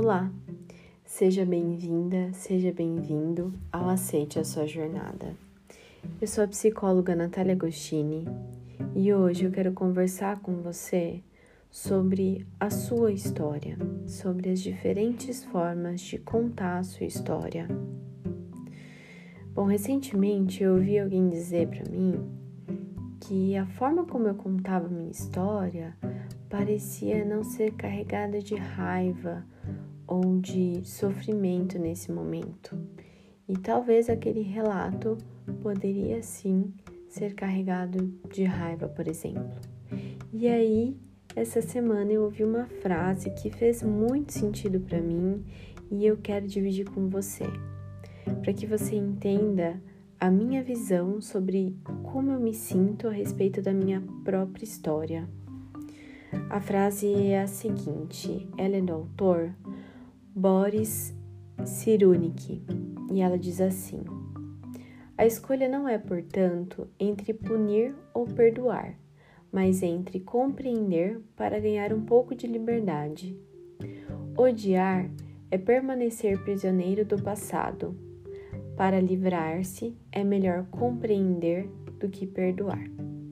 Olá, seja bem-vinda, seja bem-vindo ao Aceite a Sua Jornada. Eu sou a psicóloga Natália Agostini e hoje eu quero conversar com você sobre a sua história, sobre as diferentes formas de contar a sua história. Bom, recentemente eu ouvi alguém dizer para mim que a forma como eu contava a minha história parecia não ser carregada de raiva ou de sofrimento nesse momento. E talvez aquele relato poderia sim ser carregado de raiva, por exemplo. E aí, essa semana eu ouvi uma frase que fez muito sentido para mim e eu quero dividir com você, para que você entenda a minha visão sobre como eu me sinto a respeito da minha própria história. A frase é a seguinte, ela é do autor Boris Cyrulnik e ela diz assim: a escolha não é, portanto, entre punir ou perdoar, mas entre compreender para ganhar um pouco de liberdade. Odiar é permanecer prisioneiro do passado. Para livrar-se, é melhor compreender do que perdoar.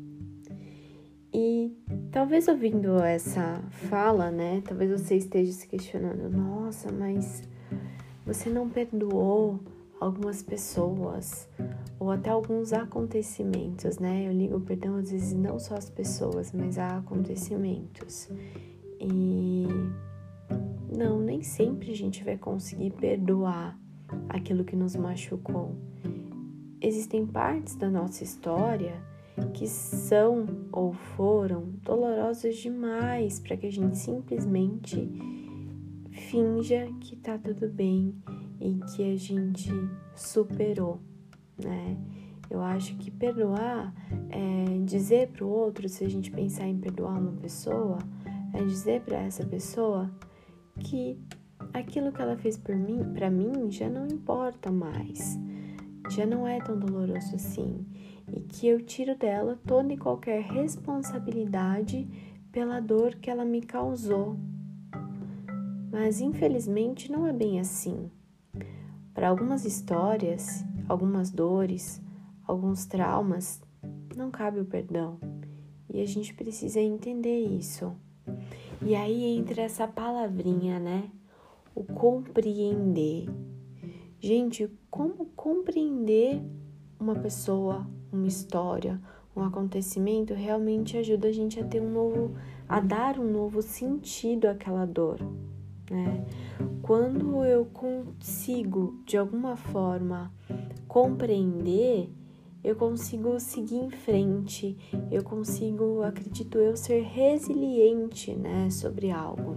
E talvez ouvindo essa fala, talvez você esteja se questionando, nossa, mas você não perdoou algumas pessoas ou até alguns acontecimentos, Eu ligo perdão às vezes não só às pessoas, mas a acontecimentos. E não, nem sempre a gente vai conseguir perdoar aquilo que nos machucou. Existem partes da nossa história que são ou foram dolorosas demais para que a gente simplesmente finja que tá tudo bem e que a gente superou, Eu acho que perdoar é dizer para o outro, se a gente pensar em perdoar uma pessoa, é dizer para essa pessoa que aquilo que ela fez para mim já não importa mais, já não é tão doloroso assim, e que eu tiro dela toda e qualquer responsabilidade pela dor que ela me causou. Mas infelizmente não é bem assim. Para algumas histórias, algumas dores, alguns traumas, não cabe o perdão. E a gente precisa entender isso. E aí entra essa palavrinha, O compreender. Gente, como compreender uma pessoa, uma história, um acontecimento realmente ajuda a gente a dar um novo sentido àquela dor, Quando eu consigo, de alguma forma, compreender, eu consigo seguir em frente, eu consigo, acredito eu, ser resiliente, sobre algo.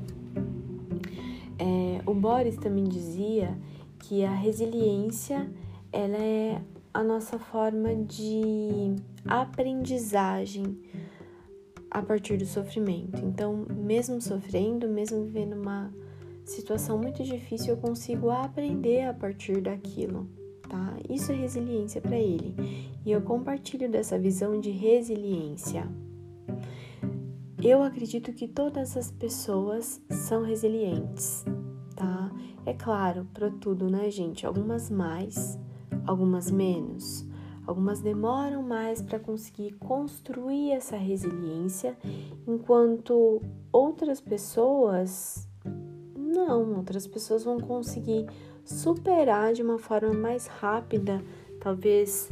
O Boris também dizia que a resiliência, ela é a nossa forma de aprendizagem a partir do sofrimento. Então, mesmo sofrendo, mesmo vivendo uma situação muito difícil, eu consigo aprender a partir daquilo, Isso é resiliência para ele. E eu compartilho dessa visão de resiliência. Eu acredito que todas as pessoas são resilientes, É claro, para tudo, gente? Algumas mais, algumas menos. Algumas demoram mais para conseguir construir essa resiliência, enquanto outras pessoas vão conseguir superar de uma forma mais rápida, talvez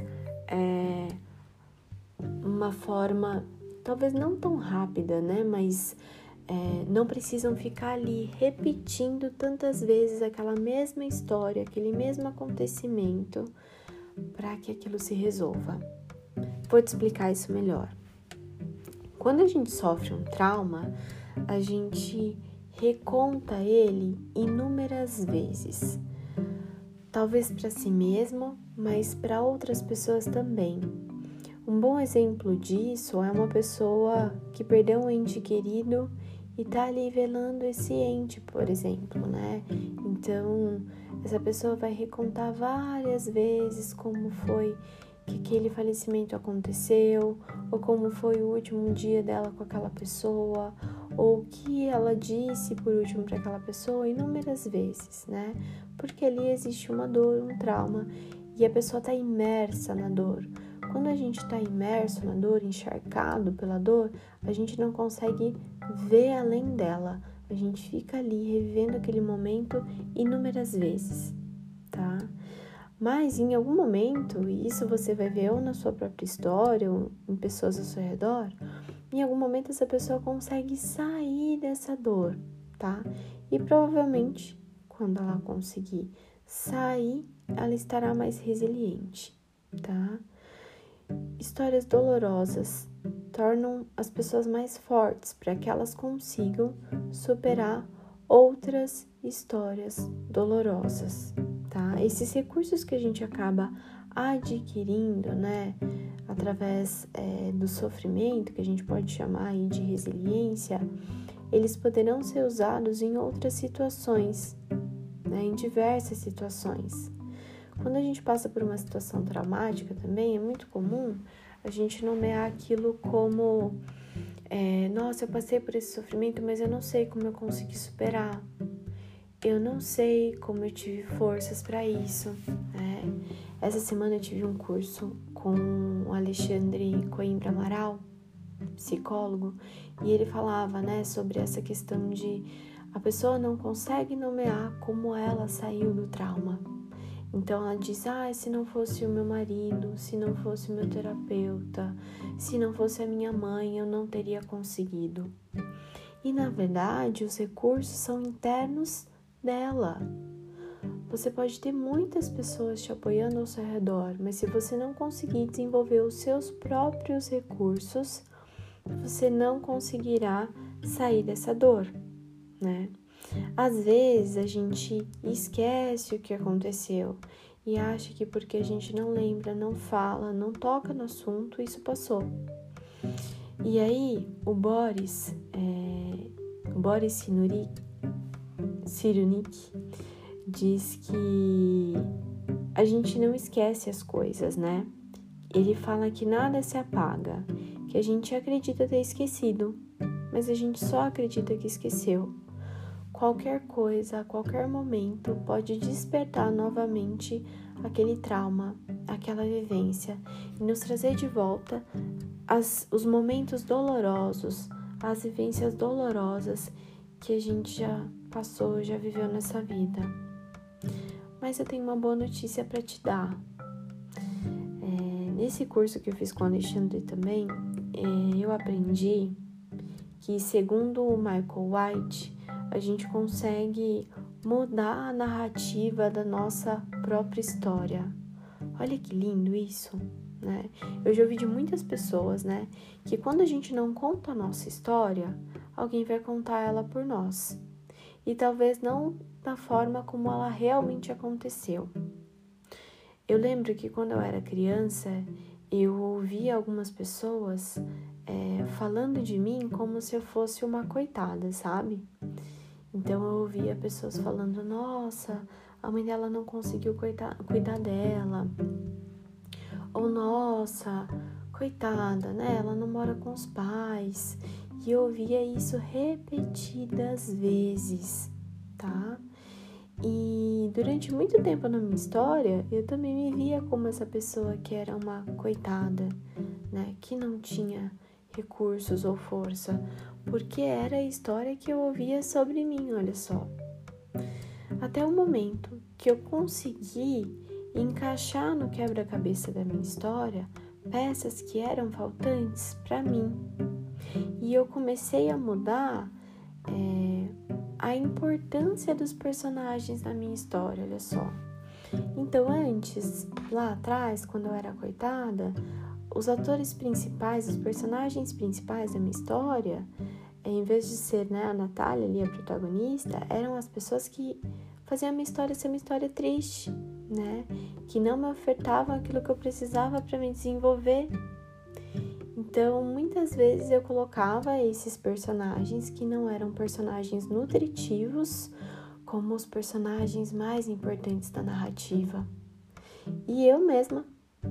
uma forma, talvez não tão rápida, mas não precisam ficar ali repetindo tantas vezes aquela mesma história, aquele mesmo acontecimento para que aquilo se resolva. Vou te explicar isso melhor. Quando a gente sofre um trauma, a gente reconta ele inúmeras vezes. Talvez para si mesmo, mas para outras pessoas também. Um bom exemplo disso é uma pessoa que perdeu um ente querido e tá ali velando esse ente, por exemplo, Então, essa pessoa vai recontar várias vezes como foi que aquele falecimento aconteceu, ou como foi o último dia dela com aquela pessoa, ou o que ela disse por último para aquela pessoa inúmeras vezes, né? Porque ali existe uma dor, um trauma, e a pessoa está imersa na dor. Quando a gente está imerso na dor, encharcado pela dor, a gente não consegue ver além dela. A gente fica ali revivendo aquele momento inúmeras vezes, tá? Mas em algum momento, e isso você vai ver ou na sua própria história ou em pessoas ao seu redor, em algum momento essa pessoa consegue sair dessa dor, tá? E provavelmente, quando ela conseguir sair, ela estará mais resiliente, tá? Histórias dolorosas tornam as pessoas mais fortes para que elas consigam superar outras histórias dolorosas, tá? Esses recursos que a gente acaba adquirindo, né, através do sofrimento, que a gente pode chamar aí de resiliência, eles poderão ser usados em outras situações, né, em diversas situações. Quando a gente passa por uma situação traumática também, é muito comum a gente nomear aquilo como nossa, eu passei por esse sofrimento, mas eu não sei como eu consegui superar. Eu não sei como eu tive forças para isso, né? Essa semana eu tive um curso com o Alexandre Coimbra Amaral, psicólogo, e ele falava, né, sobre essa questão de a pessoa não consegue nomear como ela saiu do trauma. Então ela diz, se não fosse o meu marido, se não fosse o meu terapeuta, se não fosse a minha mãe, eu não teria conseguido. E na verdade, os recursos são internos dela. Você pode ter muitas pessoas te apoiando ao seu redor, mas se você não conseguir desenvolver os seus próprios recursos, você não conseguirá sair dessa dor, né? Às vezes a gente esquece o que aconteceu e acha que porque a gente não lembra, não fala, não toca no assunto, isso passou. E aí o Boris Cyrulnik diz que a gente não esquece as coisas, né? Ele fala que nada se apaga, que a gente acredita ter esquecido, mas a gente só acredita que esqueceu. Qualquer coisa, a qualquer momento, pode despertar novamente aquele trauma, aquela vivência e nos trazer de volta os momentos dolorosos, as vivências dolorosas que a gente já passou, já viveu nessa vida. Mas eu tenho uma boa notícia para te dar. Nesse curso que eu fiz com o Alexandre também, eu aprendi que, segundo o Michael White, a gente consegue mudar a narrativa da nossa própria história. Olha que lindo isso, né? Eu já ouvi de muitas pessoas, né, que quando a gente não conta a nossa história, alguém vai contar ela por nós. E talvez não da forma como ela realmente aconteceu. Eu lembro que quando eu era criança, eu ouvia algumas pessoas falando de mim como se eu fosse uma coitada, sabe? Então eu ouvia pessoas falando, nossa, a mãe dela não conseguiu cuidar dela. Ou nossa, coitada, né? Ela não mora com os pais. E eu ouvia isso repetidas vezes, tá? E durante muito tempo na minha história, eu também me via como essa pessoa que era uma coitada, né? Que não tinha recursos ou força, porque era a história que eu ouvia sobre mim, olha só. Até o momento que eu consegui encaixar no quebra-cabeça da minha história peças que eram faltantes para mim. E eu comecei a mudar a importância dos personagens da minha história, olha só. Então antes, lá atrás, quando eu era coitada, os atores principais, os personagens principais da minha história, em vez de ser, né, a Natália ali, a protagonista, eram as pessoas que faziam a minha história ser uma história triste, né? Que não me ofertavam aquilo que eu precisava para me desenvolver. Então, muitas vezes eu colocava esses personagens que não eram personagens nutritivos como os personagens mais importantes da narrativa. E eu mesma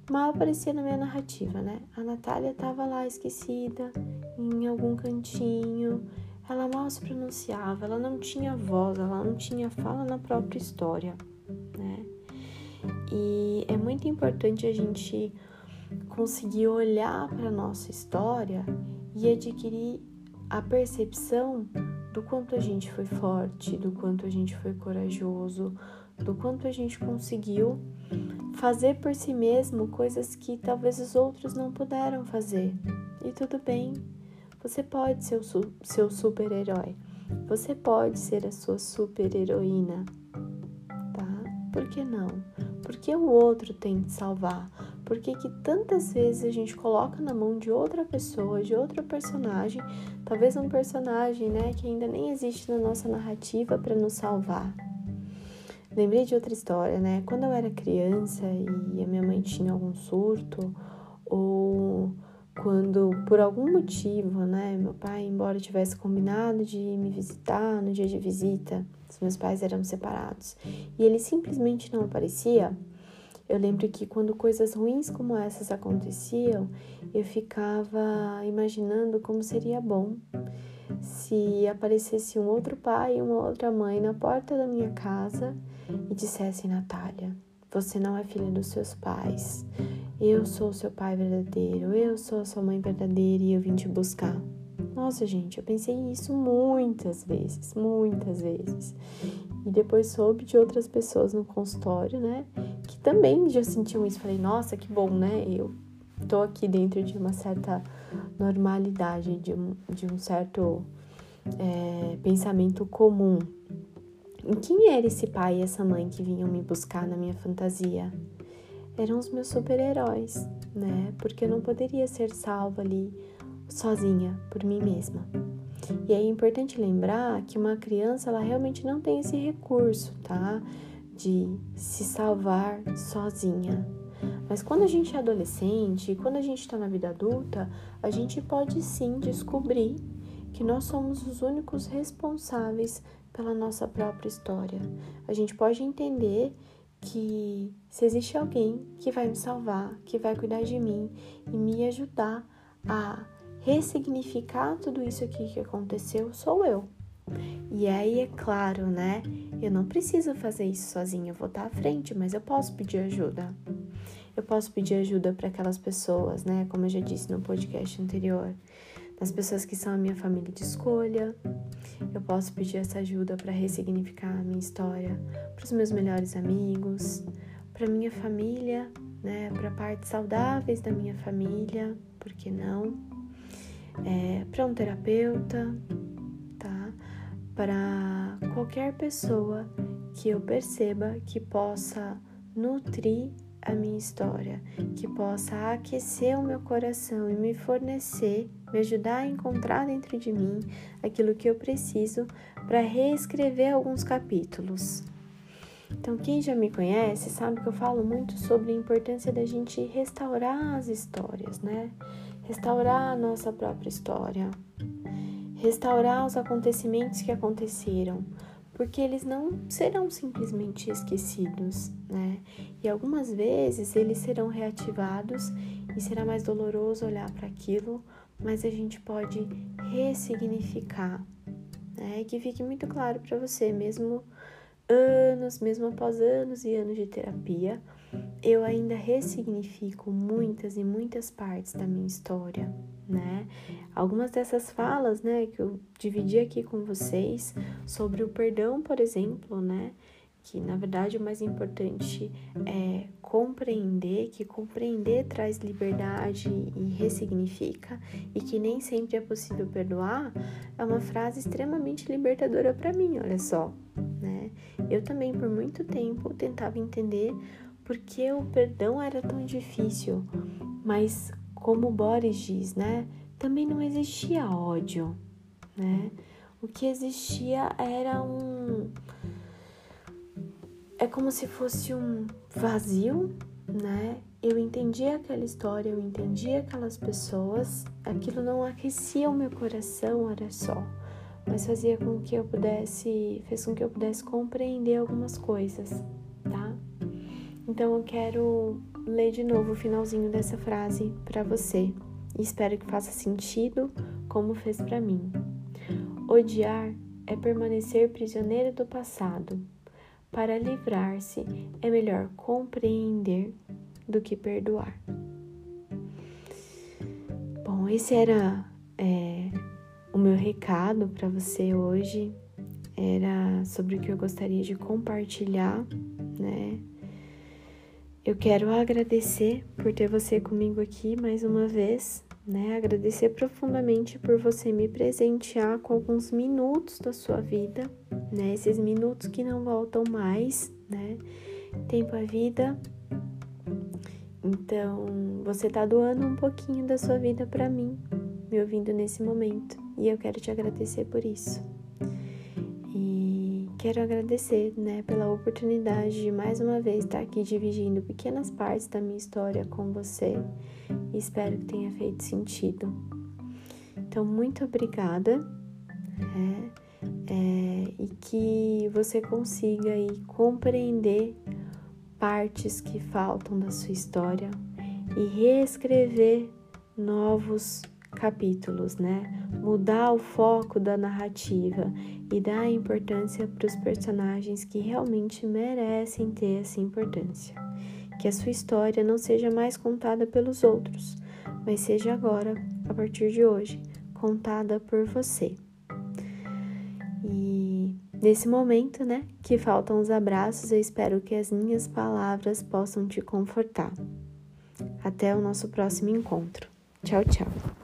mal aparecia na minha narrativa, né? A Natália estava lá esquecida, em algum cantinho, ela mal se pronunciava, ela não tinha voz, ela não tinha fala na própria história, né? E é muito importante a gente conseguir olhar para a nossa história e adquirir a percepção do quanto a gente foi forte, do quanto a gente foi corajoso, do quanto a gente conseguiu fazer por si mesmo coisas que talvez os outros não puderam fazer. E tudo bem, você pode ser o seu super-herói, você pode ser a sua super-heroína, tá? Por que não? Porque o outro tem que salvar. Por que tantas vezes a gente coloca na mão de outra pessoa, de outro personagem, talvez um personagem, né, que ainda nem existe na nossa narrativa para nos salvar? Lembrei de outra história, né? Quando eu era criança e a minha mãe tinha algum surto, ou quando, por algum motivo, né, meu pai, embora tivesse combinado de me visitar no dia de visita, os meus pais eram separados, e ele simplesmente não aparecia, eu lembro que quando coisas ruins como essas aconteciam, eu ficava imaginando como seria bom se aparecesse um outro pai e uma outra mãe na porta da minha casa e dissessem: Natália, você não é filha dos seus pais, eu sou seu pai verdadeiro, eu sou a sua mãe verdadeira e eu vim te buscar. Nossa, gente, eu pensei nisso muitas vezes. E depois soube de outras pessoas no consultório, né, que também já sentiam isso. Falei, nossa, que bom, né, eu tô aqui dentro de uma certa normalidade, de um certo pensamento comum. E quem era esse pai e essa mãe que vinham me buscar na minha fantasia? Eram os meus super-heróis, né? Porque eu não poderia ser salva ali sozinha, por mim mesma. E é importante lembrar que uma criança, ela realmente não tem esse recurso, tá? De se salvar sozinha. Mas quando a gente é adolescente, quando a gente está na vida adulta, a gente pode sim descobrir que nós somos os únicos responsáveis pela nossa própria história. A gente pode entender que se existe alguém que vai me salvar, que vai cuidar de mim e me ajudar a ressignificar tudo isso aqui que aconteceu, sou eu. E aí, é claro, né? Eu não preciso fazer isso sozinha, eu vou estar à frente, mas eu posso pedir ajuda. Eu posso pedir ajuda para aquelas pessoas, né? Como eu já disse no podcast anterior, das pessoas que são a minha família de escolha. Eu posso pedir essa ajuda para ressignificar a minha história para os meus melhores amigos, para minha família, né? Para partes saudáveis da minha família, por que não? Para um terapeuta, tá? Para qualquer pessoa que eu perceba que possa nutrir a minha história, que possa aquecer o meu coração e me fornecer, me ajudar a encontrar dentro de mim aquilo que eu preciso para reescrever alguns capítulos. Então, quem já me conhece sabe que eu falo muito sobre a importância da gente restaurar as histórias, né? Restaurar a nossa própria história, restaurar os acontecimentos que aconteceram, porque eles não serão simplesmente esquecidos, né? E algumas vezes eles serão reativados e será mais doloroso olhar para aquilo, mas a gente pode ressignificar, né? E que fique muito claro para você, mesmo após anos e anos de terapia, eu ainda ressignifico muitas e muitas partes da minha história, né? Algumas dessas falas, né, que eu dividi aqui com vocês sobre o perdão, por exemplo, né? Que na verdade o mais importante é compreender, que compreender traz liberdade e ressignifica, e que nem sempre é possível perdoar, é uma frase extremamente libertadora para mim, olha só, né? Eu também por muito tempo tentava entender por que o perdão era tão difícil, mas como o Boris diz, né? Também não existia ódio, né? O que existia era é como se fosse um vazio, né? Eu entendia aquela história, eu entendia aquelas pessoas, aquilo não aquecia o meu coração, olha só, mas fez com que eu pudesse compreender algumas coisas, tá? Então eu quero ler de novo o finalzinho dessa frase para você. E espero que faça sentido como fez para mim. Odiar é permanecer prisioneiro do passado. Para livrar-se, é melhor compreender do que perdoar. Bom, esse era o meu recado para você hoje. Era sobre o que eu gostaria de compartilhar, né? Eu quero agradecer por ter você comigo aqui mais uma vez, né? Agradecer profundamente por você me presentear com alguns minutos da sua vida, né? Esses minutos que não voltam mais, né? Tempo é vida. Então, você tá doando um pouquinho da sua vida para mim, me ouvindo nesse momento. E eu quero te agradecer por isso. E quero agradecer, né, pela oportunidade de mais uma vez estar aqui dividindo pequenas partes da minha história com você. E espero que tenha feito sentido. Então, muito obrigada, e que você consiga aí compreender partes que faltam da sua história e reescrever novos capítulos, né? Mudar o foco da narrativa e dar importância para os personagens que realmente merecem ter essa importância. Que a sua história não seja mais contada pelos outros, mas seja agora, a partir de hoje, contada por você. E nesse momento, né, que faltam os abraços, eu espero que as minhas palavras possam te confortar. Até o nosso próximo encontro. Tchau, tchau.